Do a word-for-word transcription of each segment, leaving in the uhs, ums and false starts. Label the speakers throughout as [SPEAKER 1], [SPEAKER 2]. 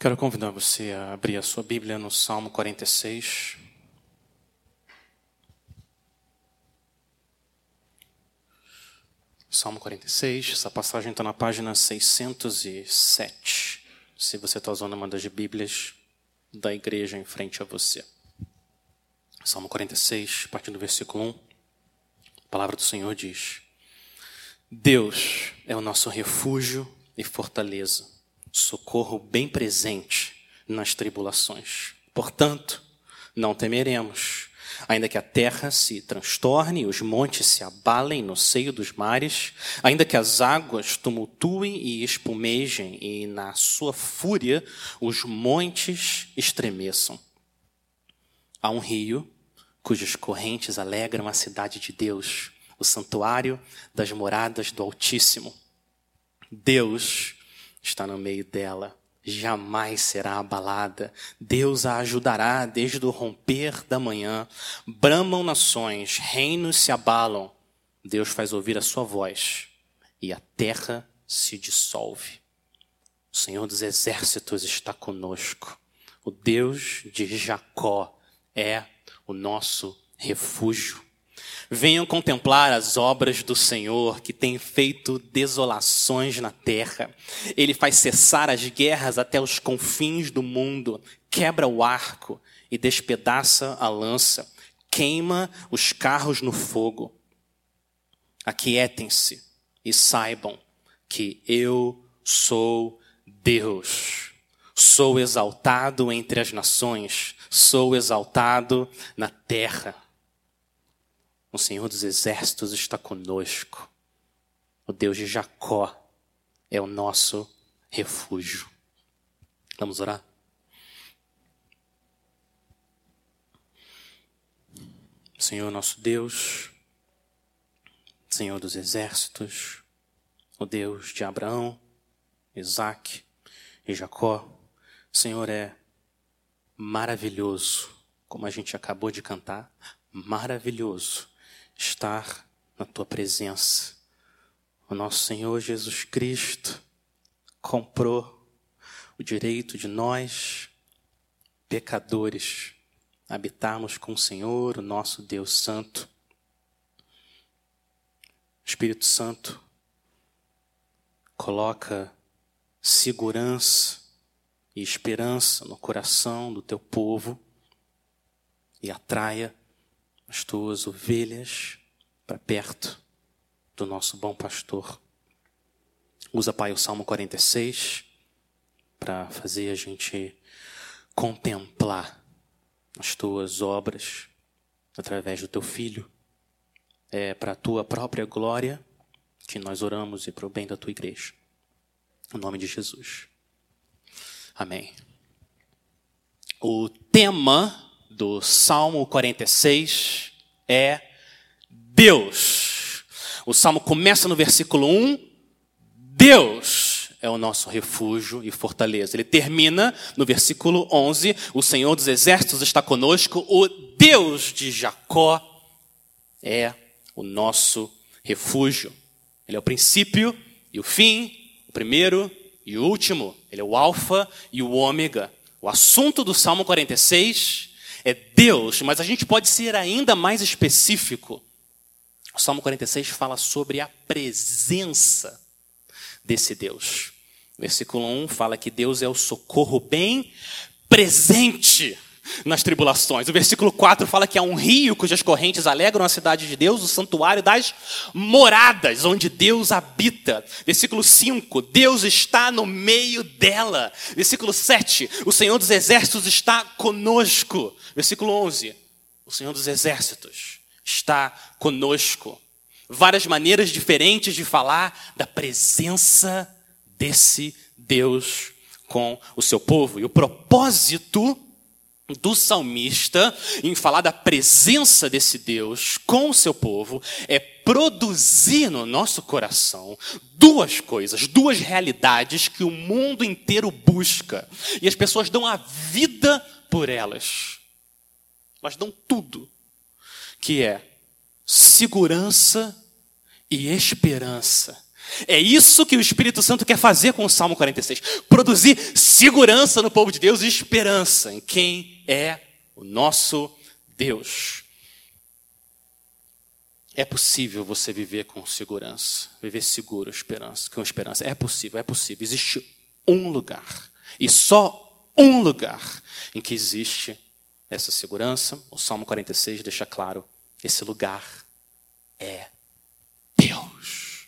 [SPEAKER 1] Quero convidar você a abrir a sua Bíblia no Salmo quarenta e seis. Salmo quarenta e seis, essa passagem está na página seiscentos e sete, se você está usando uma das Bíblias da igreja em frente a você. Salmo quarenta e seis, a partir do versículo um, a palavra do Senhor diz: Deus é o nosso refúgio e fortaleza, socorro bem presente nas tribulações. Portanto, não temeremos, ainda que a terra se transtorne e os montes se abalem no seio dos mares, ainda que as águas tumultuem e espumejem e na sua fúria os montes estremeçam. Há um rio cujas correntes alegram a cidade de Deus, o santuário das moradas do Altíssimo. Deus está no meio dela, jamais será abalada. Deus a ajudará desde o romper da manhã. Bramam nações, reinos se abalam. Deus faz ouvir a sua voz e a terra se dissolve. O Senhor dos exércitos está conosco. O Deus de Jacó é o nosso refúgio. Venham contemplar as obras do Senhor, que tem feito desolações na terra. Ele faz cessar as guerras até os confins do mundo, quebra o arco e despedaça a lança, queima os carros no fogo. Aquietem-se e saibam que eu sou Deus. Sou exaltado entre as nações, sou exaltado na terra. O Senhor dos exércitos está conosco. O Deus de Jacó é o nosso refúgio. Vamos orar? Senhor nosso Deus, Senhor dos exércitos, o Deus de Abraão, Isaque e Jacó, Senhor, é maravilhoso, como a gente acabou de cantar, maravilhoso estar na tua presença. O nosso Senhor Jesus Cristo comprou o direito de nós, pecadores, habitarmos com o Senhor, o nosso Deus Santo. O Espírito Santo coloca segurança e esperança no coração do teu povo e atraia as tuas ovelhas para perto do nosso bom pastor. Usa, Pai, o Salmo quarenta e seis para fazer a gente contemplar as tuas obras através do teu Filho. É para a tua própria glória que nós oramos e para o bem da tua igreja. Em nome de Jesus. Amém. O tema do Salmo quarenta e seis é Deus. O Salmo começa no versículo um. Deus é o nosso refúgio e fortaleza. Ele termina no versículo onze. O Senhor dos exércitos está conosco. O Deus de Jacó é o nosso refúgio. Ele é o princípio e o fim, o primeiro e o último. Ele é o alfa e o ômega. O assunto do Salmo quarenta e seis é Deus, mas a gente pode ser ainda mais específico. O Salmo quarenta e seis fala sobre a presença desse Deus. O versículo um fala que Deus é o socorro bem presente nas tribulações. O versículo quatro fala que há um rio cujas correntes alegram a cidade de Deus, o santuário das moradas, onde Deus habita. Versículo cinco, Deus está no meio dela. Versículo sete, o Senhor dos exércitos está conosco. Versículo onze, o Senhor dos exércitos está conosco. Várias maneiras diferentes de falar da presença desse Deus com o seu povo. E o propósito do salmista em falar da presença desse Deus com o seu povo é produzir no nosso coração duas coisas, duas realidades que o mundo inteiro busca. E as pessoas dão a vida por elas. Elas dão tudo, que é segurança e esperança. É isso que o Espírito Santo quer fazer com o Salmo quarenta e seis. Produzir segurança no povo de Deus e esperança em quem é o nosso Deus. É possível você viver com segurança, viver seguro, esperança, com esperança. É possível, é possível. Existe um lugar, e só um lugar, em que existe essa segurança. O Salmo quarenta e seis deixa claro, esse lugar é Deus.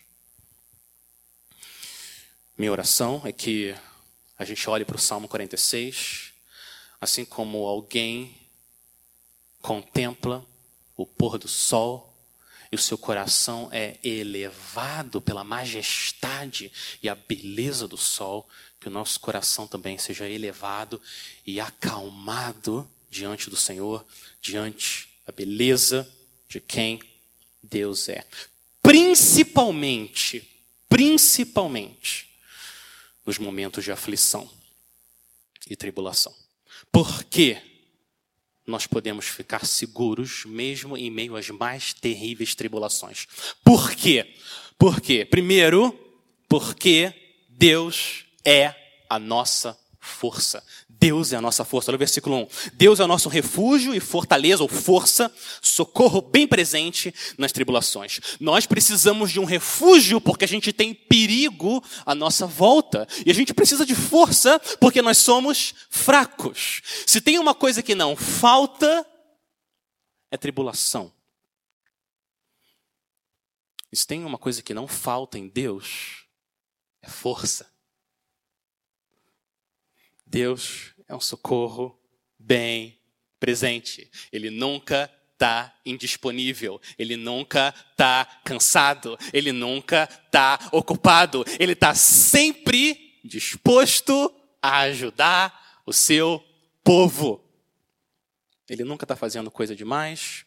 [SPEAKER 1] Minha oração é que a gente olhe para o Salmo quarenta e seis, assim como alguém contempla o pôr do sol, e o seu coração é elevado pela majestade e a beleza do sol, que o nosso coração também seja elevado e acalmado diante do Senhor, diante da beleza de quem Deus é. Principalmente, principalmente, nos momentos de aflição e tribulação. Por quê? Nós podemos ficar seguros mesmo em meio às mais terríveis tribulações. Por quê? Por quê? Primeiro, porque Deus é a nossa força. Deus é a nossa força. Olha o versículo um. Deus é o nosso refúgio e fortaleza, ou força, socorro bem presente nas tribulações. Nós precisamos de um refúgio porque a gente tem perigo à nossa volta. E a gente precisa de força porque nós somos fracos. Se tem uma coisa que não falta, é tribulação. E se tem uma coisa que não falta em Deus, é força. Deus é um socorro bem presente. Ele nunca está indisponível. Ele nunca está cansado. Ele nunca está ocupado. Ele está sempre disposto a ajudar o seu povo. Ele nunca está fazendo coisa demais,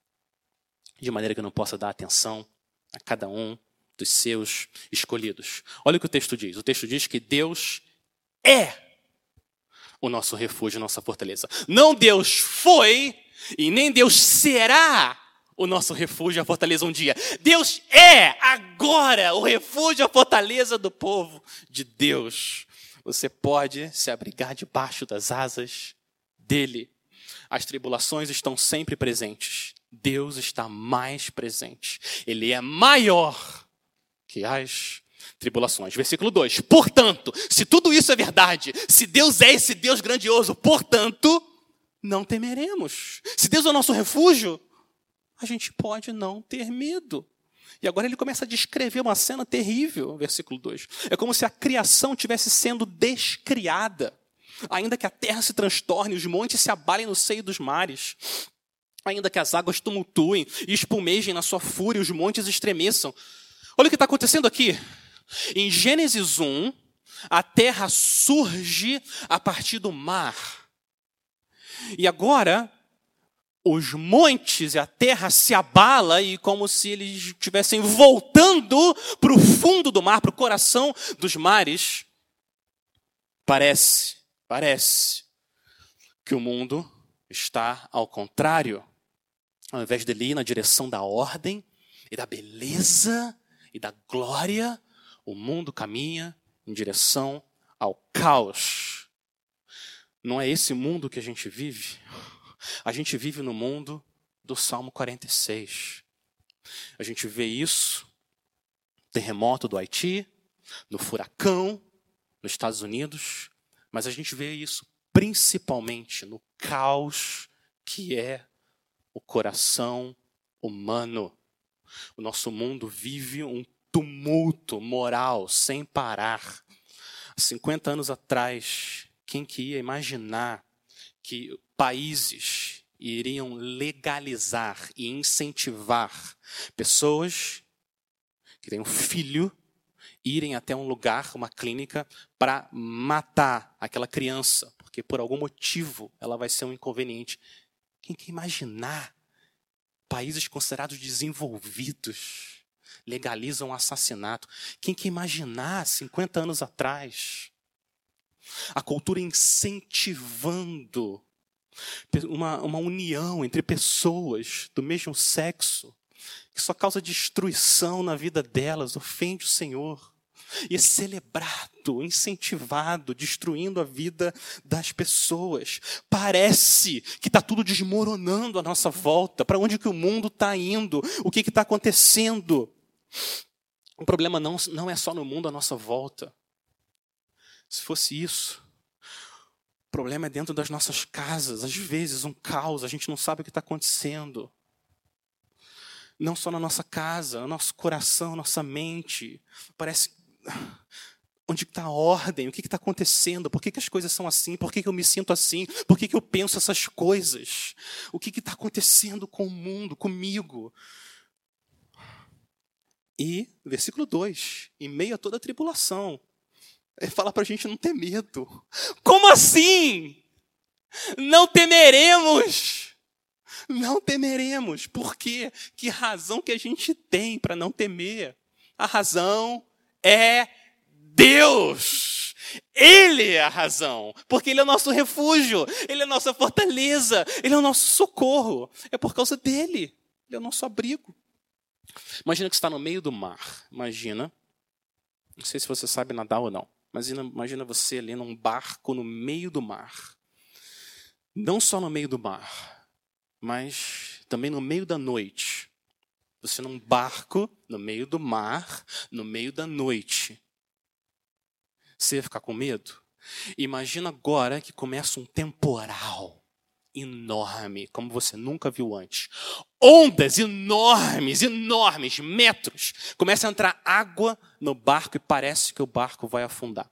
[SPEAKER 1] de maneira que eu não possa dar atenção a cada um dos seus escolhidos. Olha o que o texto diz. O texto diz que Deus é o nosso refúgio, a nossa fortaleza. Não Deus foi e nem Deus será o nosso refúgio, a fortaleza um dia. Deus é agora o refúgio, a fortaleza do povo de Deus. Você pode se abrigar debaixo das asas dele. As tribulações estão sempre presentes. Deus está mais presente. Ele é maior que as tribulações. Versículo dois. Portanto, se tudo isso é verdade, se Deus é esse Deus grandioso, portanto, não temeremos. Se Deus é o nosso refúgio, a gente pode não ter medo. E agora ele começa a descrever uma cena terrível, versículo dois. É como se a criação estivesse sendo descriada. Ainda que a terra se transtorne, os montes se abalem no seio dos mares. Ainda que as águas tumultuem e espumejem na sua fúria, os montes estremeçam. Olha o que está acontecendo aqui. Em Gênesis um, a terra surge a partir do mar. E agora, os montes e a terra se abala e como se eles estivessem voltando para o fundo do mar, para o coração dos mares. Parece, parece que o mundo está ao contrário. Ao invés dele ir na direção da ordem e da beleza e da glória, o mundo caminha em direção ao caos. Não é esse mundo que a gente vive? A gente vive no mundo do Salmo quarenta e seis. A gente vê isso no terremoto do Haiti, no furacão nos Estados Unidos, mas a gente vê isso principalmente no caos que é o coração humano. O nosso mundo vive um tumulto moral sem parar. Há cinquenta anos atrás, quem que ia imaginar que países iriam legalizar e incentivar pessoas que têm um filho irem até um lugar, uma clínica, para matar aquela criança, porque por algum motivo ela vai ser um inconveniente. Quem que ia imaginar países considerados desenvolvidos legalizam o assassinato? Quem que ia imaginar cinquenta anos atrás a cultura incentivando uma, uma união entre pessoas do mesmo sexo, que só causa destruição na vida delas, ofende o Senhor. E é celebrado, incentivado, destruindo a vida das pessoas. Parece que está tudo desmoronando à nossa volta. Para onde que o mundo está indo? O que está acontecendo? O problema não, não é só no mundo à nossa volta. Se fosse isso, o problema é dentro das nossas casas. Às vezes um caos, a gente não sabe o que está acontecendo. Não só na nossa casa, no nosso coração, nossa mente. Parece... Onde está a ordem? O que está acontecendo? Por que, que as coisas são assim? Por que, que eu me sinto assim? Por que, que eu penso essas coisas? O que está acontecendo com o mundo, comigo? E, versículo dois, em meio a toda a tribulação, ele fala para a gente não ter medo. Como assim? Não temeremos. Não temeremos. Por quê? Que razão que a gente tem para não temer? A razão é Deus. Ele é a razão. Porque Ele é o nosso refúgio. Ele é a nossa fortaleza. Ele é o nosso socorro. É por causa dele. Ele é o nosso abrigo. Imagina que você está no meio do mar. Imagina. Não sei se você sabe nadar ou não. Mas imagina você ali num barco no meio do mar. Não só no meio do mar, mas também no meio da noite. Você num barco, no meio do mar, no meio da noite. Você ia ficar com medo? Imagina agora que começa um temporal enorme, como você nunca viu antes. Ondas enormes, enormes, metros. Começa a entrar água no barco e parece que o barco vai afundar.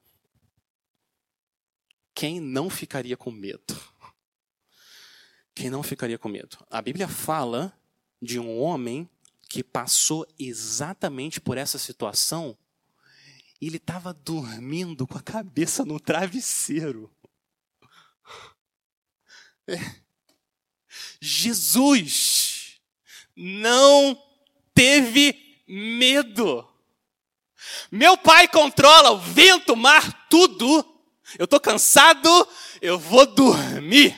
[SPEAKER 1] Quem não ficaria com medo? Quem não ficaria com medo? A Bíblia fala de um homem que passou exatamente por essa situação e ele estava dormindo com a cabeça no travesseiro. É. Jesus não teve medo. Meu Pai controla o vento, o mar, tudo. Eu estou cansado, eu vou dormir.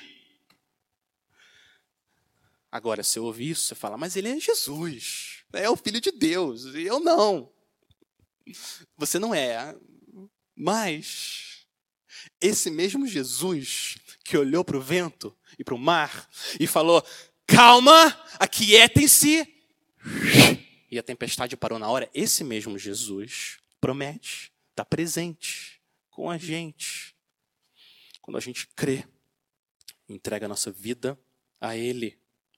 [SPEAKER 1] Agora, se eu ouvir isso, você fala, mas ele é Jesus, é o Filho de Deus, e eu não. Você não é, mas esse mesmo Jesus que olhou para o vento e para o mar e falou, calma, aquietem-se, e a tempestade parou na hora, esse mesmo Jesus promete estar presente com a gente. Quando a gente crê, entrega a nossa vida a Ele.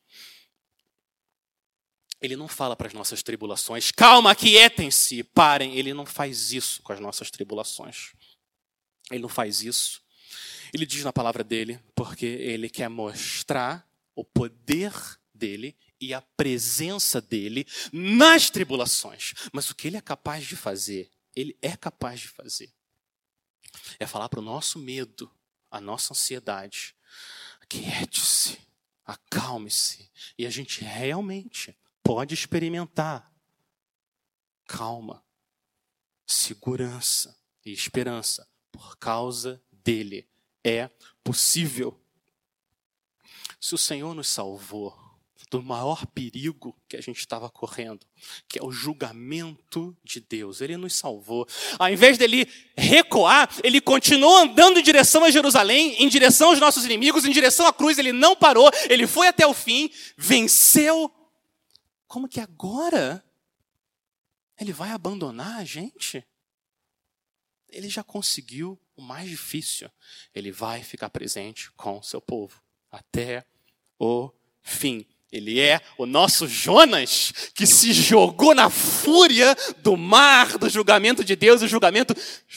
[SPEAKER 1] Ele não fala para as nossas tribulações, calma, aquietem-se, parem. Ele não faz isso com as nossas tribulações. Ele não faz isso. Ele diz na palavra dele, porque ele quer mostrar o poder dele e a presença dele nas tribulações. Mas o que ele é capaz de fazer, ele é capaz de fazer. É falar para o nosso medo, a nossa ansiedade, aquiete-se, acalme-se. E a gente realmente pode experimentar calma, segurança e esperança por causa dele. É possível. Se o Senhor nos salvou do maior perigo que a gente estava correndo, que é o julgamento de Deus, ele nos salvou. Ao invés dele recuar, ele continuou andando em direção a Jerusalém, em direção aos nossos inimigos, em direção à cruz. Ele não parou, ele foi até o fim, venceu. Como que agora ele vai abandonar a gente? Ele já conseguiu o mais difícil. Ele vai ficar presente com o seu povo até o fim. Ele é o nosso Jonas, que se jogou na fúria do mar, do julgamento de Deus. O julgamento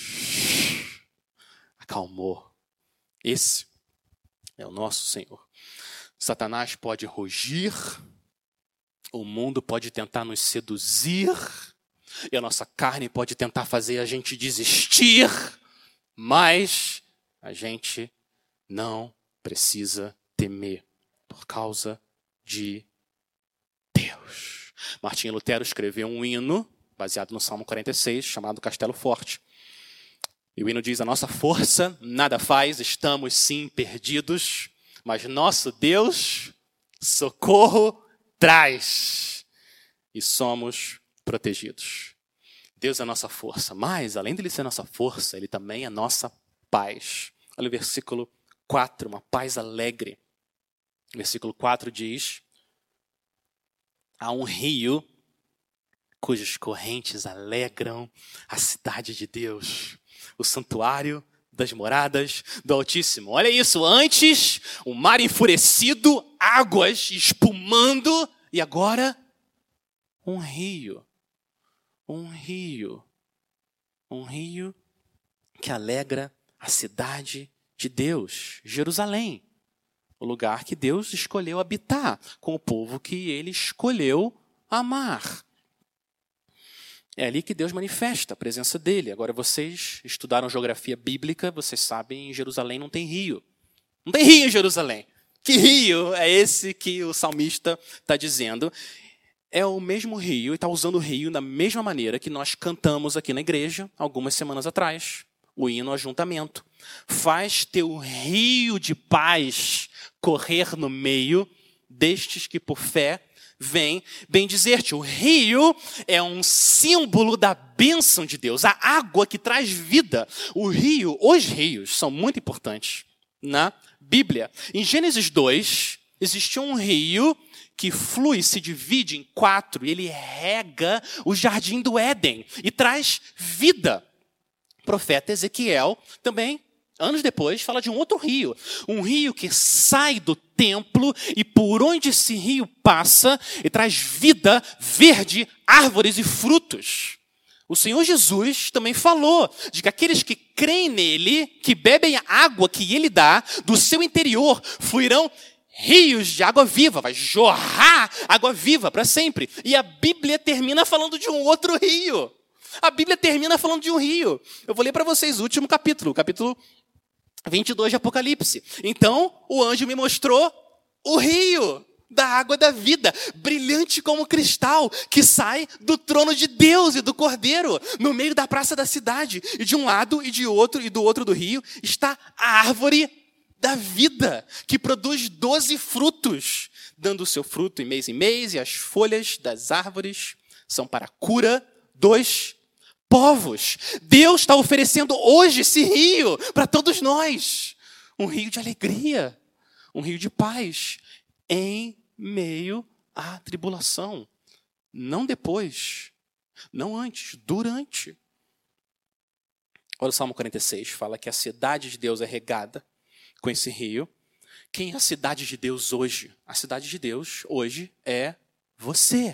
[SPEAKER 1] acalmou. Esse é o nosso Senhor. Satanás pode rugir, o mundo pode tentar nos seduzir, e a nossa carne pode tentar fazer a gente desistir, mas a gente não precisa temer por causa de Deus. Martinho Lutero escreveu um hino baseado no Salmo quarenta e seis, chamado Castelo Forte. E o hino diz, a nossa força nada faz, estamos sim perdidos, mas nosso Deus socorro traz. e somos protegidos. Deus é a nossa força, mas além dele ser nossa força, ele também é nossa paz. Olha o versículo quatro, uma paz alegre. O versículo quatro diz: há um rio cujas correntes alegram a cidade de Deus, o santuário das moradas do Altíssimo. Olha isso, antes o mar enfurecido, águas espumando, e agora um rio. Um rio. Um rio que alegra a cidade de Deus, Jerusalém. O lugar que Deus escolheu habitar, com o povo que ele escolheu amar. É ali que Deus manifesta a presença dele. Agora, vocês estudaram geografia bíblica, vocês sabem, em Jerusalém não tem rio. Não tem rio em Jerusalém. Que rio é esse que o salmista está dizendo? É o mesmo rio, e está usando o rio da mesma maneira que nós cantamos aqui na igreja, algumas semanas atrás. O hino Ajuntamento. Faz teu rio de paz correr no meio destes que por fé vem bem dizer-te. O rio é um símbolo da bênção de Deus, a água que traz vida. O rio, os rios, são muito importantes na Bíblia. Em Gênesis dois, existe um rio que flui, se divide em quatro, e ele rega o jardim do Éden e traz vida. O profeta Ezequiel também, anos depois, fala de um outro rio. Um rio que sai do templo e por onde esse rio passa e traz vida, verde, árvores e frutos. O Senhor Jesus também falou de que aqueles que creem nele, que bebem a água que ele dá, do seu interior fluirão rios de água viva, vai jorrar água viva para sempre. E a Bíblia termina falando de um outro rio. A Bíblia termina falando de um rio. Eu vou ler para vocês o último capítulo, capítulo vinte e dois de Apocalipse. Então, o anjo me mostrou o rio da água da vida, brilhante como cristal, que sai do trono de Deus e do Cordeiro, no meio da praça da cidade. E de um lado e de outro, e do outro do rio, está a árvore da vida, que produz doze frutos, dando o seu fruto em mês em mês, e as folhas das árvores são para a cura dos povos. Deus está oferecendo hoje esse rio para todos nós. Um rio de alegria, um rio de paz, em meio à tribulação. Não depois, não antes, durante. Olha o Salmo quarenta e seis, fala que a cidade de Deus é regada com esse rio. Quem é a cidade de Deus hoje? A cidade de Deus hoje é você,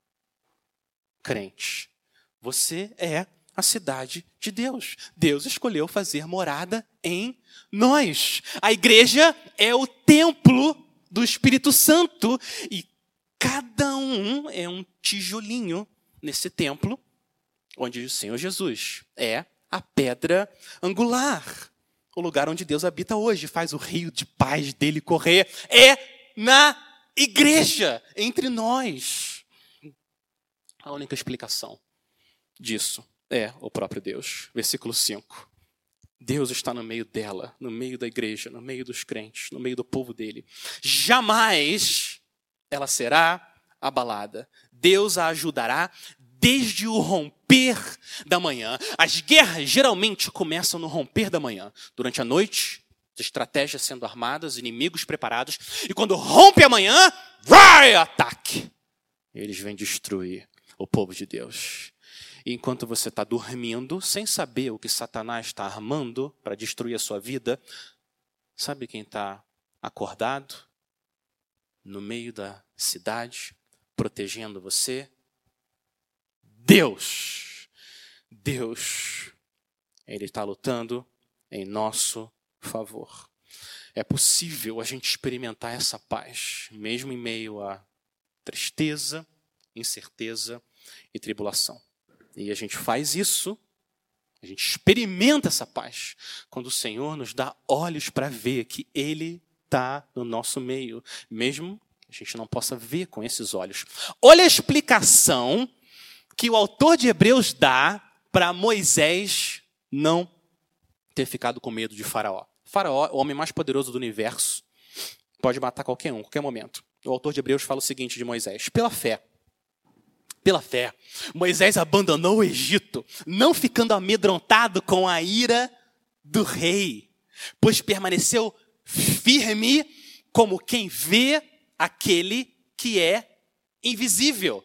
[SPEAKER 1] crente. Você é a cidade de Deus. Deus escolheu fazer morada em nós. A igreja é o templo do Espírito Santo e cada um é um tijolinho nesse templo, onde o Senhor Jesus é a pedra angular. O lugar onde Deus habita hoje, faz o rio de paz dele correr, é na igreja, entre nós. A única explicação disso é o próprio Deus. Versículo cinco. Deus está no meio dela, no meio da igreja, no meio dos crentes, no meio do povo dele. Jamais ela será abalada. Deus a ajudará desde o romper da manhã. As guerras geralmente começam no romper da manhã. Durante a noite, as estratégias sendo armadas, inimigos preparados. E quando rompe a manhã, vai ataque. Eles vêm destruir o povo de Deus. E enquanto você está dormindo, sem saber o que Satanás está armando para destruir a sua vida, sabe quem está acordado? No meio da cidade, protegendo você? Deus. Deus. Ele está lutando em nosso favor. É possível a gente experimentar essa paz, mesmo em meio a tristeza, incerteza e tribulação. E a gente faz isso, a gente experimenta essa paz, quando o Senhor nos dá olhos para ver que Ele está no nosso meio, mesmo que a gente não possa ver com esses olhos. Olha a explicação que o autor de Hebreus dá para Moisés não ter ficado com medo de Faraó. Faraó, o homem mais poderoso do universo, pode matar qualquer um, qualquer momento. O autor de Hebreus fala o seguinte de Moisés: pela fé, Pela fé, Moisés abandonou o Egito, não ficando amedrontado com a ira do rei, pois permaneceu firme como quem vê aquele que é invisível.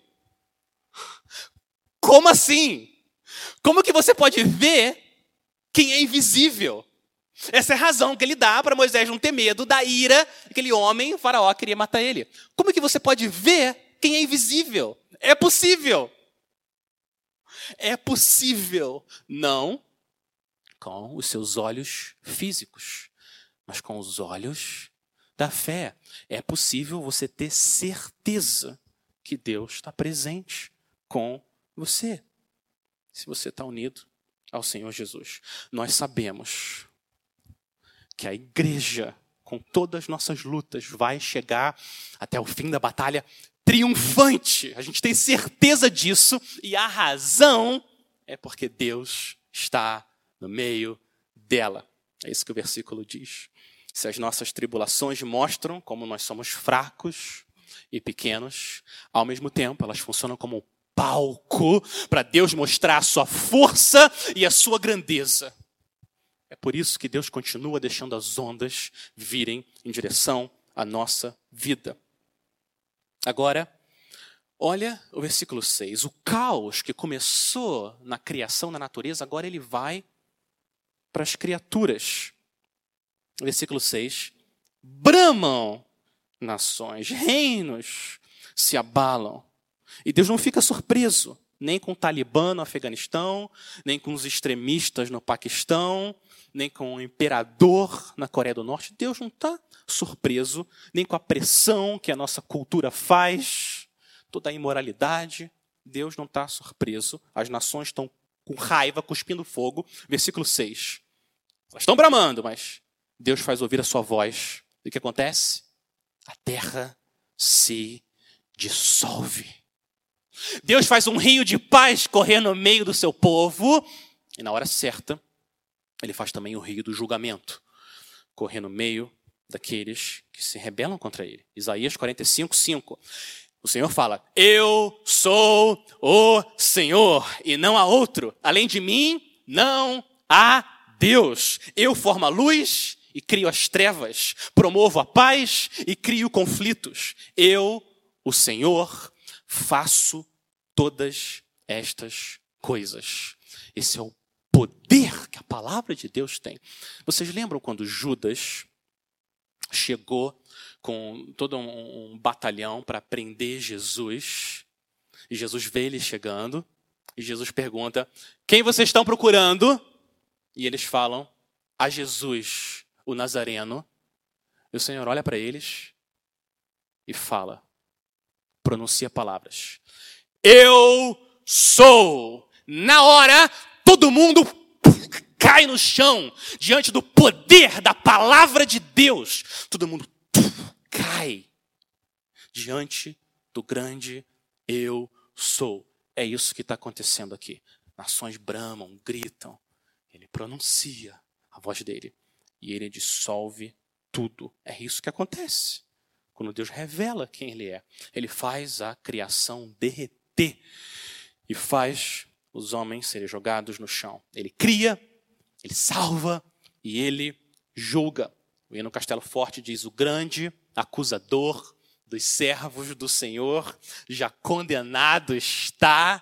[SPEAKER 1] Como assim? Como que você pode ver quem é invisível? Essa é a razão que ele dá para Moisés não ter medo da ira. Aquele homem, o faraó, queria matar ele. Como que você pode ver quem é invisível? É possível. É possível. Não com os seus olhos físicos, mas com os olhos da fé. É possível você ter certeza que Deus está presente com você, se você está unido ao Senhor Jesus. Nós sabemos que a igreja, com todas as nossas lutas, vai chegar até o fim da batalha triunfante. A gente tem certeza disso, e a razão é porque Deus está no meio dela. É isso que o versículo diz. Se as nossas tribulações mostram como nós somos fracos e pequenos, ao mesmo tempo elas funcionam como um palco para Deus mostrar a sua força e a sua grandeza. É por isso que Deus continua deixando as ondas virem em direção à nossa vida. Agora, olha o versículo seis. O caos que começou na criação, na natureza, agora ele vai para as criaturas. Versículo seis. Bramam nações, reinos se abalam. E Deus não fica surpreso, nem com o Talibã no Afeganistão, nem com os extremistas no Paquistão, nem com o imperador na Coreia do Norte. Deus não está surpreso, nem com a pressão que a nossa cultura faz, toda a imoralidade. Deus não está surpreso. As nações estão com raiva, cuspindo fogo. Versículo seis. Elas estão bramando, mas Deus faz ouvir a sua voz. E o que acontece? A terra se dissolve. Deus faz um rio de paz correr no meio do seu povo. E na hora certa, ele faz também o rio do julgamento correr no meio daqueles que se rebelam contra ele. Isaías quarenta e cinco, cinco. O Senhor fala: eu sou o Senhor e não há outro. Além de mim, não há Deus. Eu formo a luz e crio as trevas. Promovo a paz e crio conflitos. Eu, o Senhor, faço todas estas coisas. Esse é o poder que a palavra de Deus tem. Vocês lembram quando Judas chegou com todo um, um batalhão para prender Jesus? E Jesus vê ele chegando. E Jesus pergunta: quem vocês estão procurando? E eles falam: a Jesus, o Nazareno. E o Senhor olha para eles e fala, pronuncia palavras: eu sou. Na hora, todo mundo cai no chão diante do poder da palavra de Deus. Todo mundo cai diante do grande eu sou. É isso que está acontecendo aqui. Nações bramam, gritam. Ele pronuncia a voz dele e ele dissolve tudo. É isso que acontece quando Deus revela quem ele é. Ele faz a criação derreter e faz os homens serem jogados no chão. Ele cria, ele salva e ele julga. O hino Castelo Forte diz: o grande acusador dos servos do Senhor já condenado está,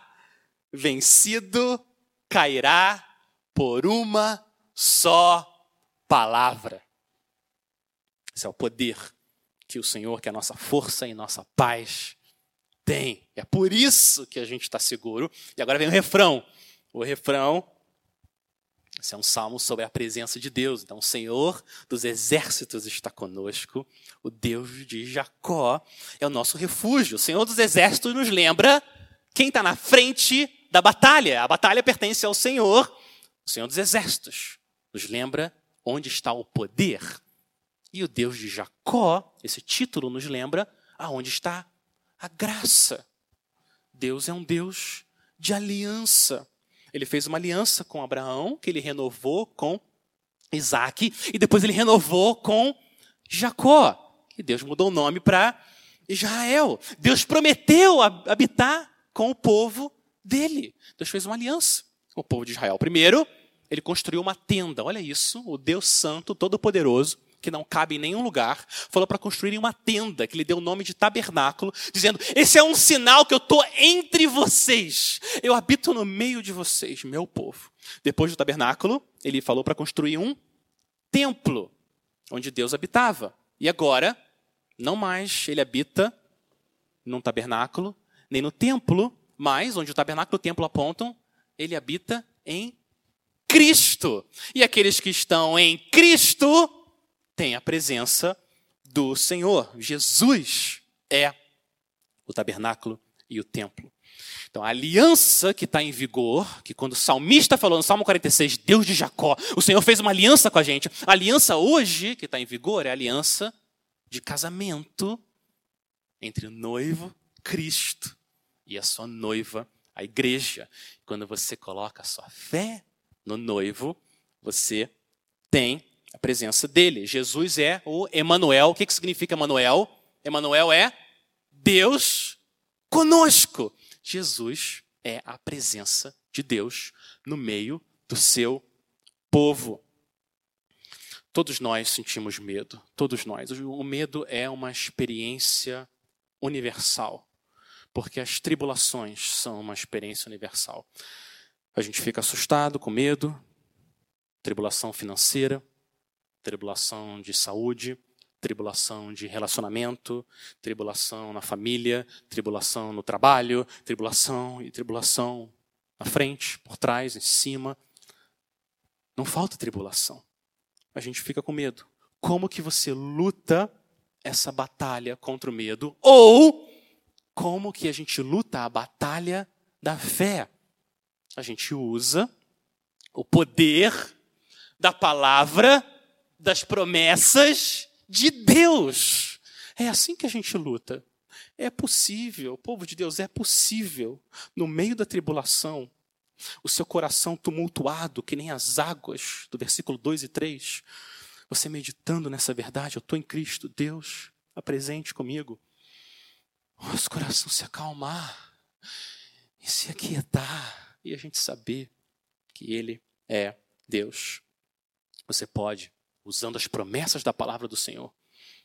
[SPEAKER 1] vencido cairá por uma só palavra. Esse é o poder que o Senhor, que é a nossa força e nossa paz, tem. É por isso que a gente está seguro. E agora vem o refrão. O refrão, esse é um salmo sobre a presença de Deus. Então, o Senhor dos exércitos está conosco. O Deus de Jacó é o nosso refúgio. O Senhor dos exércitos nos lembra quem está na frente da batalha. A batalha pertence ao Senhor. O Senhor dos exércitos nos lembra onde está o poder. E o Deus de Jacó, esse título nos lembra aonde está a graça. Deus é um Deus de aliança. Ele fez uma aliança com Abraão, que ele renovou com Isaac, e depois ele renovou com Jacó. E Deus mudou o nome para Israel. Deus prometeu habitar com o povo dele. Deus fez uma aliança com o povo de Israel. Primeiro, ele construiu uma tenda. Olha isso, o Deus Santo, Todo-Poderoso, que não cabe em nenhum lugar, falou para construírem uma tenda, que lhe deu o nome de tabernáculo, dizendo, esse é um sinal que eu estou entre vocês. Eu habito no meio de vocês, meu povo. Depois do tabernáculo, ele falou para construir um templo, onde Deus habitava. E agora, não mais ele habita num tabernáculo, nem no templo, mas onde o tabernáculo e o templo apontam, ele habita em Cristo. E aqueles que estão em Cristo têm a presença do Senhor. Jesus é o tabernáculo e o templo. Então, a aliança que está em vigor, que quando o salmista falou no Salmo quarenta e seis, Deus de Jacó, o Senhor fez uma aliança com a gente. A aliança hoje que está em vigor é a aliança de casamento entre o noivo, Cristo, e a sua noiva, a igreja. Quando você coloca a sua fé no noivo, você tem a presença dele. Jesus é o Emanuel. O que que significa Emanuel? Emanuel é Deus conosco. Jesus é a presença de Deus no meio do seu povo. Todos nós sentimos medo, todos nós. O medo é uma experiência universal, porque as tribulações são uma experiência universal. A gente fica assustado, com medo, tribulação financeira, tribulação de saúde, tribulação de relacionamento, tribulação na família, tribulação no trabalho, tribulação e tribulação na frente, por trás, em cima. Não falta tribulação. A gente fica com medo. Como que você luta essa batalha contra o medo? Ou como que a gente luta a batalha da fé? A gente usa o poder da palavra, das promessas de Deus. É assim que a gente luta. É possível, povo de Deus, é possível, no meio da tribulação, o seu coração tumultuado, que nem as águas, do versículo dois e três, você meditando nessa verdade, eu estou em Cristo, Deus, apresente comigo, nosso coração se acalmar e se aquietar, e a gente saber que Ele é Deus. Você pode, usando as promessas da palavra do Senhor,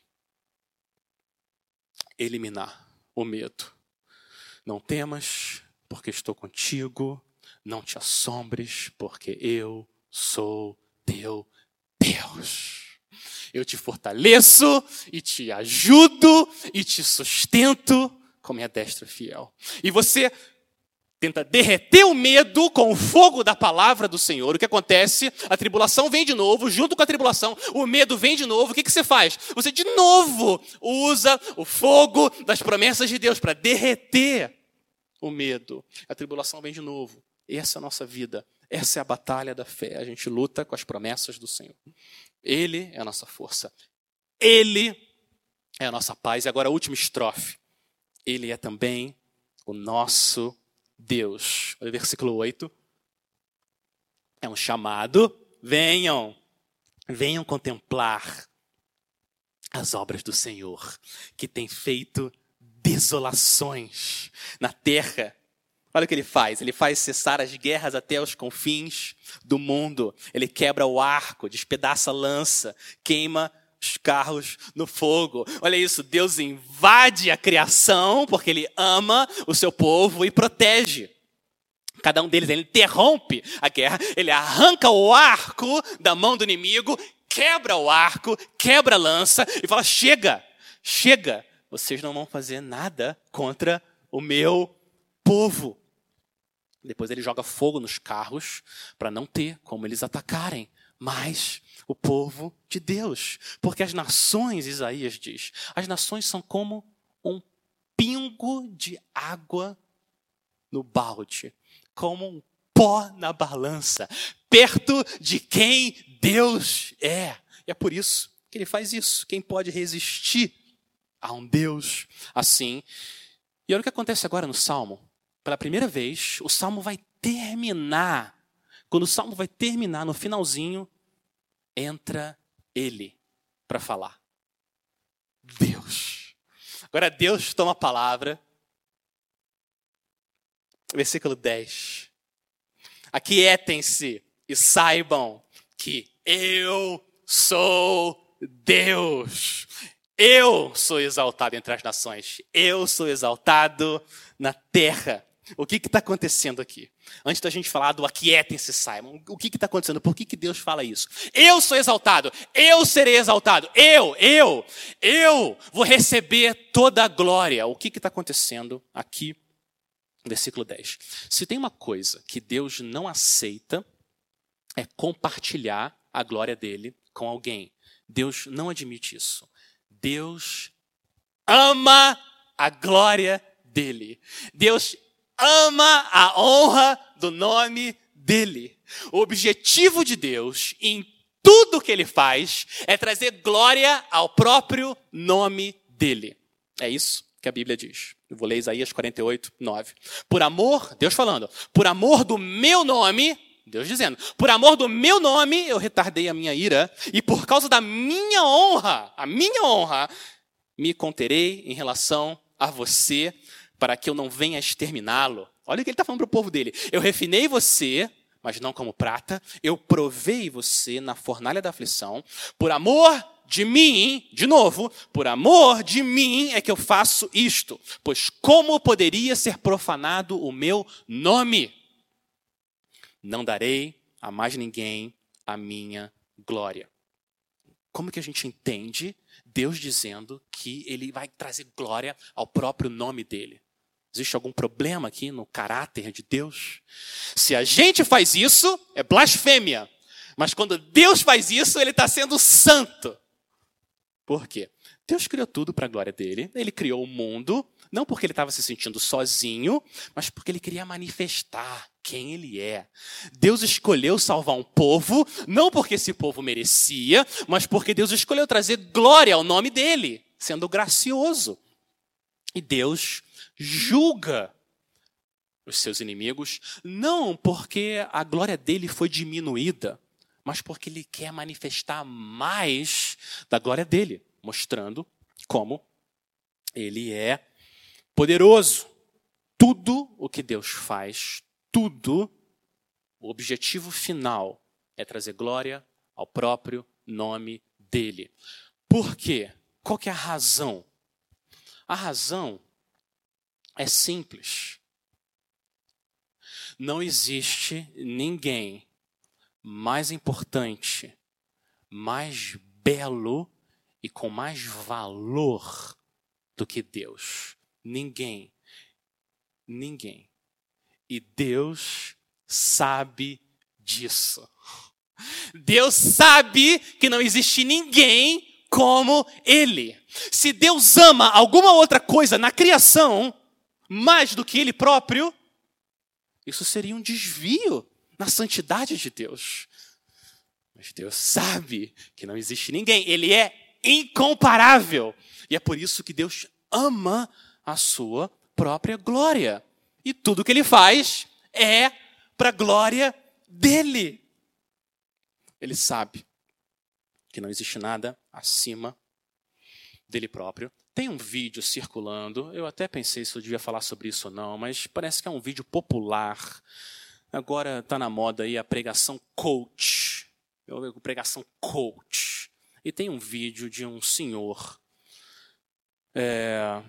[SPEAKER 1] eliminar o medo. Não temas, porque estou contigo. Não te assombres, porque eu sou teu Deus. Eu te fortaleço e te ajudo e te sustento com minha destra fiel. E você tenta derreter o medo com o fogo da palavra do Senhor. O que acontece? A tribulação vem de novo, junto com a tribulação, o medo vem de novo. O que que você faz? Você de novo usa o fogo das promessas de Deus para derreter o medo. A tribulação vem de novo. Essa é a nossa vida. Essa é a batalha da fé. A gente luta com as promessas do Senhor. Ele é a nossa força. Ele é a nossa paz. E agora a última estrofe. Ele é também o nosso Deus. Olha o versículo oito. É um chamado. Venham. Venham contemplar as obras do Senhor, que tem feito desolações na terra. Olha o que ele faz. Ele faz cessar as guerras até os confins do mundo. Ele quebra o arco, despedaça a lança, queima os carros no fogo. Olha isso, Deus invade a criação porque Ele ama o seu povo e protege cada um deles. Ele interrompe a guerra, Ele arranca o arco da mão do inimigo, quebra o arco, quebra a lança e fala, chega, chega, vocês não vão fazer nada contra o meu povo. Depois ele joga fogo nos carros para não ter como eles atacarem mais o povo de Deus. Porque as nações, Isaías diz, as nações são como um pingo de água no balde, como um pó na balança, perto de quem Deus é. E é por isso que ele faz isso. Quem pode resistir a um Deus assim? E olha o que acontece agora no Salmo. Pela primeira vez, o Salmo vai terminar. Quando o Salmo vai terminar, no finalzinho, entra ele para falar. Deus. Agora Deus toma a palavra Versículo dez. Aquietem-se e saibam que eu sou Deus. Eu sou exaltado entre as nações. Eu sou exaltado na terra. O que está acontecendo aqui? Antes da gente falar do aquietem-se, saibam. O que está acontecendo? Por que, que Deus fala isso? Eu sou exaltado. Eu serei exaltado. Eu, eu, eu vou receber toda a glória. O que está acontecendo aqui? Versículo dez. Se tem uma coisa que Deus não aceita, é compartilhar a glória dele com alguém. Deus não admite isso. Deus ama a glória dele. Deus ama a honra do nome dele. O objetivo de Deus em tudo que ele faz é trazer glória ao próprio nome dele. É isso que a Bíblia diz. Eu vou ler Isaías quarenta e oito, nove. Por amor, Deus falando, por amor do meu nome, Deus dizendo, por amor do meu nome eu retardei a minha ira e por causa da minha honra, a minha honra, me conterei em relação a você para que eu não venha exterminá-lo. Olha o que ele está falando para o povo dele. Eu refinei você, mas não como prata. Eu provei você na fornalha da aflição. Por amor de mim, de novo, por amor de mim é que eu faço isto. Pois como poderia ser profanado o meu nome? Não darei a mais ninguém a minha glória. Como que a gente entende Deus dizendo que ele vai trazer glória ao próprio nome dele? Existe algum problema aqui no caráter de Deus? Se a gente faz isso, é blasfêmia. Mas quando Deus faz isso, ele está sendo santo. Por quê? Deus criou tudo para a glória dele. Ele criou o mundo, não porque ele estava se sentindo sozinho, mas porque ele queria manifestar quem ele é. Deus escolheu salvar um povo, não porque esse povo merecia, mas porque Deus escolheu trazer glória ao nome dele, sendo gracioso. E Deus julga os seus inimigos, não porque a glória dele foi diminuída, mas porque ele quer manifestar mais da glória dele, mostrando como ele é poderoso. Tudo o que Deus faz, tudo, o objetivo final é trazer glória ao próprio nome dele. Por quê? Qual que é a razão? A razão é simples. Não existe ninguém mais importante, mais belo e com mais valor do que Deus. Ninguém. Ninguém. E Deus sabe disso. Deus sabe que não existe ninguém como Ele. Se Deus ama alguma outra coisa na criação mais do que Ele próprio, isso seria um desvio na santidade de Deus. Mas Deus sabe que não existe ninguém. Ele é incomparável. E é por isso que Deus ama a sua própria glória. E tudo que Ele faz é para a glória dEle. Ele sabe que não existe nada acima dele próprio. Tem um vídeo circulando, eu até pensei se eu devia falar sobre isso ou não, mas parece que é um vídeo popular. Agora está na moda aí a pregação coach. A pregação coach. E tem um vídeo de um senhor. É,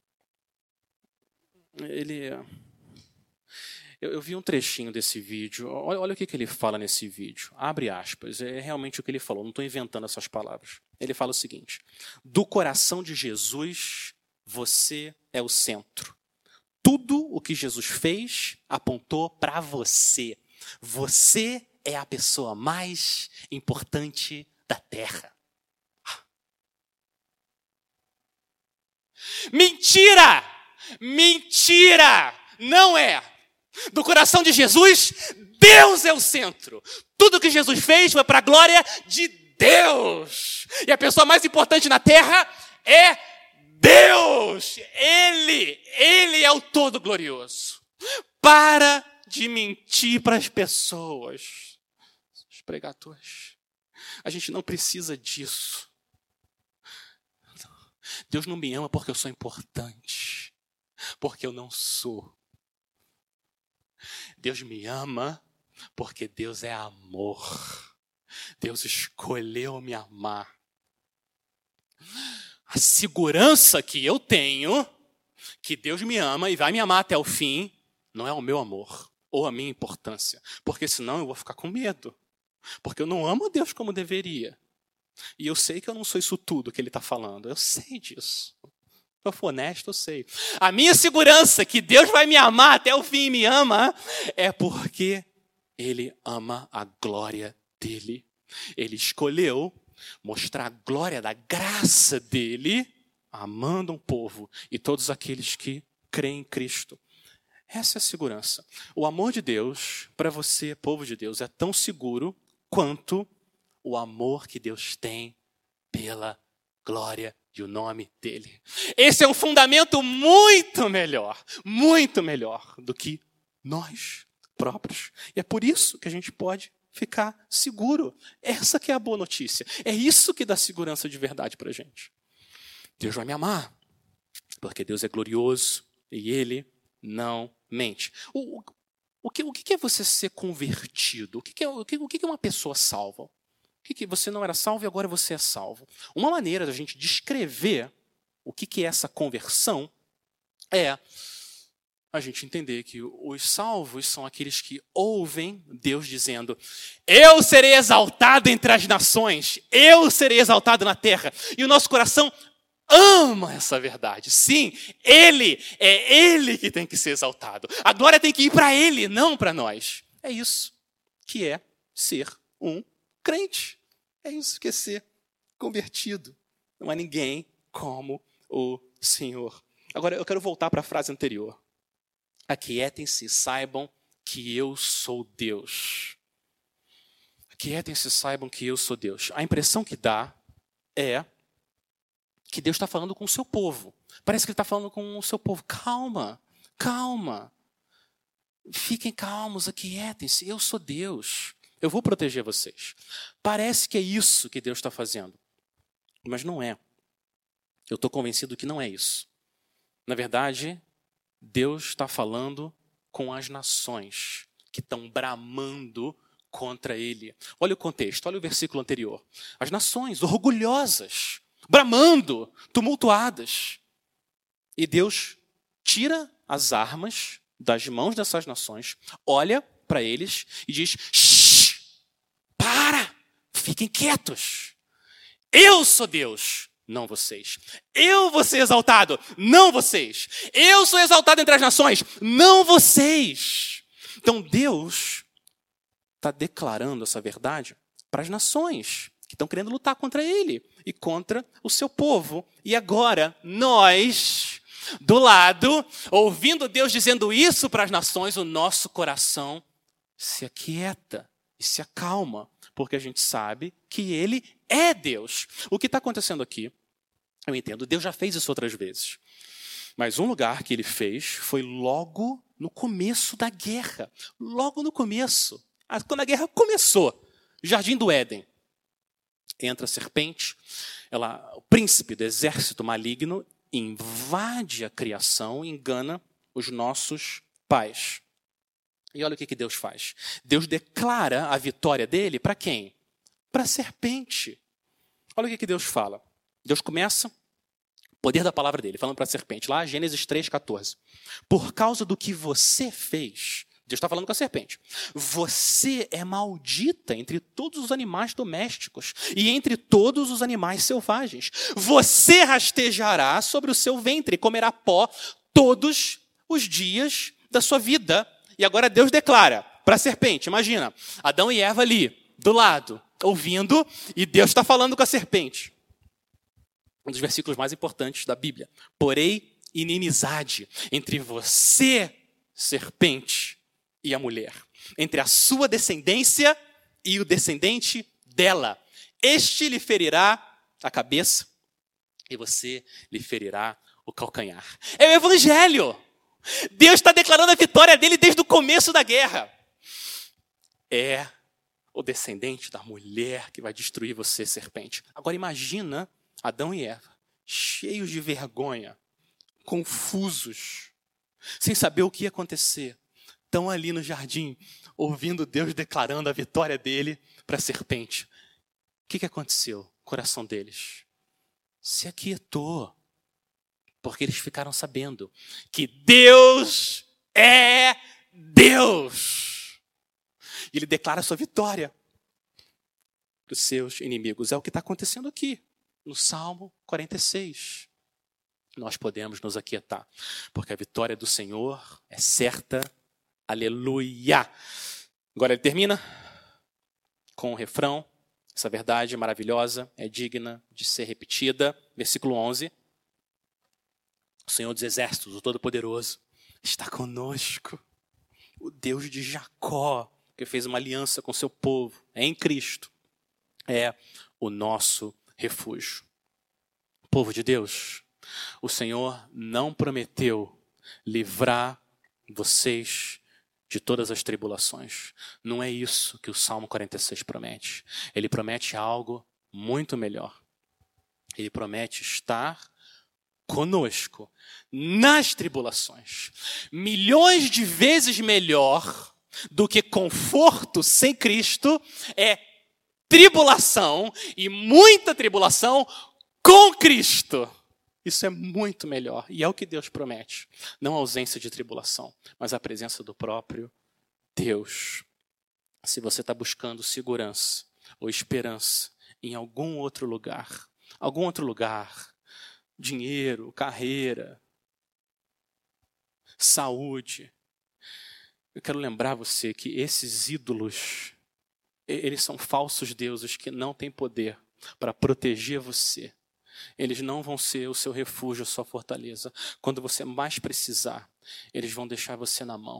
[SPEAKER 1] ele... Eu, eu vi um trechinho desse vídeo. Olha, olha o que, que ele fala nesse vídeo. Abre aspas. É realmente o que ele falou. Não estou inventando essas palavras. Ele fala o seguinte. Do coração de Jesus, você é o centro. Tudo o que Jesus fez apontou para você. Você é a pessoa mais importante da terra. Mentira! Mentira! Não é! Do coração de Jesus, Deus é o centro. Tudo que Jesus fez foi para a glória de Deus. E a pessoa mais importante na terra é Deus. Ele, Ele é o todo glorioso. Para de mentir para as pessoas. Os pregadores. A gente não precisa disso. Deus não me ama porque eu sou importante. Porque eu não sou. Deus me ama porque Deus é amor. Deus escolheu me amar. A segurança que eu tenho, que Deus me ama e vai me amar até o fim, não é o meu amor ou a minha importância. Porque senão eu vou ficar com medo. Porque eu não amo Deus como deveria. E eu sei que eu não sou isso tudo que ele está falando. Eu sei disso. Se eu for honesto, eu sei. A minha segurança que Deus vai me amar até o fim e me ama é porque ele ama a glória dele. Ele escolheu mostrar a glória da graça dele, amando um povo e todos aqueles que creem em Cristo. Essa é a segurança. O amor de Deus, para você, povo de Deus, é tão seguro quanto o amor que Deus tem pela glória e o nome dele. Esse é um fundamento muito melhor, muito melhor do que nós próprios. E é por isso que a gente pode ficar seguro. Essa que é a boa notícia. É isso que dá segurança de verdade para a gente. Deus vai me amar, porque Deus é glorioso e ele não mente. O, o, o, que, o que é você ser convertido? O que é, o que, o que é uma pessoa salva? O que, que você não era salvo e agora você é salvo? Uma maneira da gente descrever o que, que é essa conversão é a gente entender que os salvos são aqueles que ouvem Deus dizendo: eu serei exaltado entre as nações, eu serei exaltado na terra. E o nosso coração ama essa verdade. Sim, ele, é ele que tem que ser exaltado. A glória tem que ir para ele, não para nós. É isso que é ser um crente. É isso que é ser convertido. Não há ninguém como o Senhor. Agora eu quero voltar para a frase anterior. Aquietem-se, saibam que eu sou Deus. Aquietem-se, saibam que eu sou Deus. A impressão que dá é que Deus está falando com o seu povo. Parece que ele está falando com o seu povo. Calma, calma. Fiquem calmos, aquietem-se. Eu sou Deus. Eu vou proteger vocês. Parece que é isso que Deus está fazendo. Mas não é. Eu estou convencido que não é isso. Na verdade, Deus está falando com as nações que estão bramando contra ele. Olha o contexto, olha o versículo anterior. As nações orgulhosas, bramando, tumultuadas. E Deus tira as armas das mãos dessas nações, olha para eles e diz: shh, para, fiquem quietos. Eu sou Deus, não vocês. Eu vou ser exaltado, não vocês. Eu sou exaltado entre as nações, não vocês. Então Deus está declarando essa verdade para as nações que estão querendo lutar contra ele e contra o seu povo. E agora, nós, do lado, ouvindo Deus dizendo isso para as nações, o nosso coração se aquieta e se acalma, porque a gente sabe que ele é Deus. O que está acontecendo aqui, eu entendo, Deus já fez isso outras vezes. Mas um lugar que ele fez foi logo no começo da guerra. Logo no começo. Quando a guerra começou, Jardim do Éden. Entra a serpente, ela, o príncipe do exército maligno, invade a criação e engana os nossos pais. E olha o que, que Deus faz. Deus declara a vitória dele para quem? Para a serpente. Olha o que, que Deus fala. Deus começa, poder da palavra dele, falando para a serpente, lá Gênesis três, catorze. Por causa do que você fez, Deus está falando com a serpente, você é maldita entre todos os animais domésticos e entre todos os animais selvagens. Você rastejará sobre o seu ventre e comerá pó todos os dias da sua vida. E agora Deus declara para a serpente, imagina, Adão e Eva ali, do lado, ouvindo, e Deus está falando com a serpente. Um dos versículos mais importantes da Bíblia. Porém, inimizade entre você, serpente, e a mulher. Entre a sua descendência e o descendente dela. Este lhe ferirá a cabeça e você lhe ferirá o calcanhar. É o evangelho. Deus está declarando a vitória dele desde o começo da guerra. É o descendente da mulher que vai destruir você, serpente. Agora imagina Adão e Eva, cheios de vergonha, confusos, sem saber o que ia acontecer. estão ali no jardim, ouvindo Deus declarando a vitória dele para a serpente. O que, que aconteceu no coração deles? Se aquietou, porque eles ficaram sabendo que Deus é Deus. E ele declara a sua vitória dos seus inimigos. É o que está acontecendo aqui, no Salmo quarenta e seis. Nós podemos nos aquietar, porque a vitória do Senhor é certa. Aleluia! Agora ele termina com o refrão. Essa verdade maravilhosa é digna de ser repetida. Versículo onze. O Senhor dos Exércitos, o Todo-Poderoso, está conosco. O Deus de Jacó, que fez uma aliança com seu povo, é em Cristo, é o nosso refúgio. Povo de Deus, o Senhor não prometeu livrar vocês de todas as tribulações. Não é isso que o Salmo quarenta e seis promete. Ele promete algo muito melhor. Ele promete estar conosco nas tribulações. Milhões de vezes melhor do que conforto sem Cristo é tribulação, e muita tribulação com Cristo. Isso é muito melhor, e é o que Deus promete. Não a ausência de tribulação, mas a presença do próprio Deus. Se você está buscando segurança ou esperança em algum outro lugar, algum outro lugar, dinheiro, carreira, saúde, eu quero lembrar você que esses ídolos, eles são falsos deuses que não têm poder para proteger você. Eles não vão ser o seu refúgio, a sua fortaleza. Quando você mais precisar, eles vão deixar você na mão.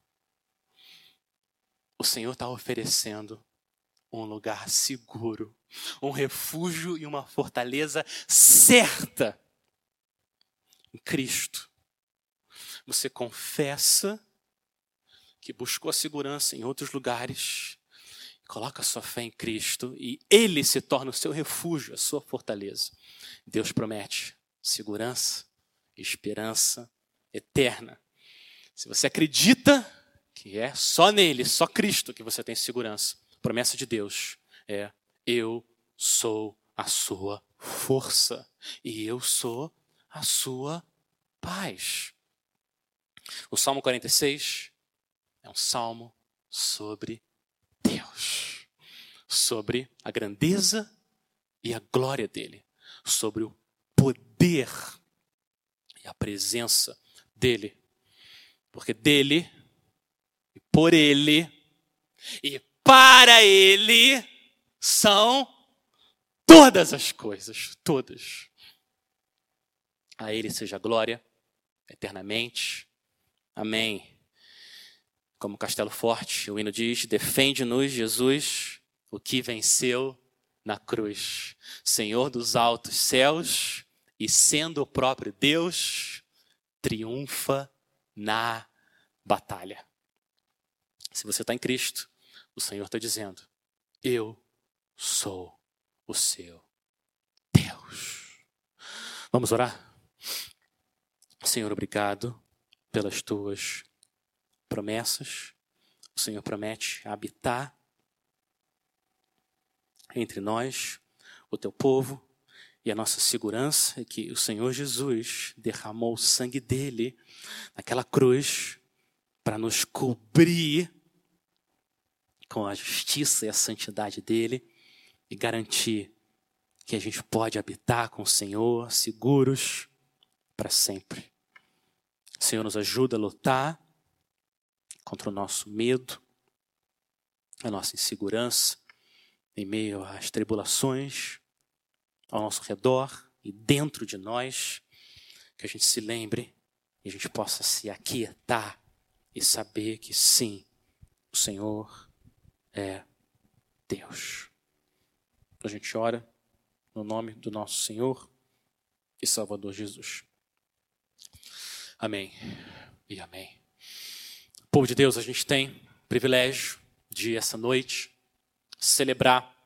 [SPEAKER 1] O Senhor está oferecendo um lugar seguro, um refúgio e uma fortaleza certa em Cristo. Você confessa que buscou a segurança em outros lugares, coloca a sua fé em Cristo e Ele se torna o seu refúgio, a sua fortaleza. Deus promete segurança e esperança eterna. Se você acredita que é só nele, só Cristo que você tem segurança, a promessa de Deus é: eu sou a sua força e eu sou a sua paz. O Salmo quarenta e seis é um salmo sobre Deus, sobre a grandeza e a glória dele, sobre o poder e a presença dele, porque dele, e por ele e para ele são todas as coisas, todas. A ele seja glória eternamente. Amém. Como castelo forte, o hino diz: defende-nos, Jesus, o que venceu na cruz. Senhor dos altos céus, e sendo o próprio Deus, triunfa na batalha. Se você está em Cristo, o Senhor está dizendo: eu sou o seu Deus. Vamos orar? Senhor, obrigado pelas tuas promessas. O Senhor promete habitar entre nós, o teu povo, e a nossa segurança é que o Senhor Jesus derramou o sangue dele naquela cruz para nos cobrir com a justiça e a santidade dele e garantir que a gente pode habitar com o Senhor seguros para sempre. O Senhor nos ajuda a lutar contra o nosso medo, a nossa insegurança, em meio às tribulações ao nosso redor e dentro de nós, que a gente se lembre e a gente possa se aquietar e saber que sim, o Senhor é Deus. A gente ora no nome do nosso Senhor e Salvador Jesus. Amém e amém. Povo de Deus, a gente tem o privilégio de essa noite celebrar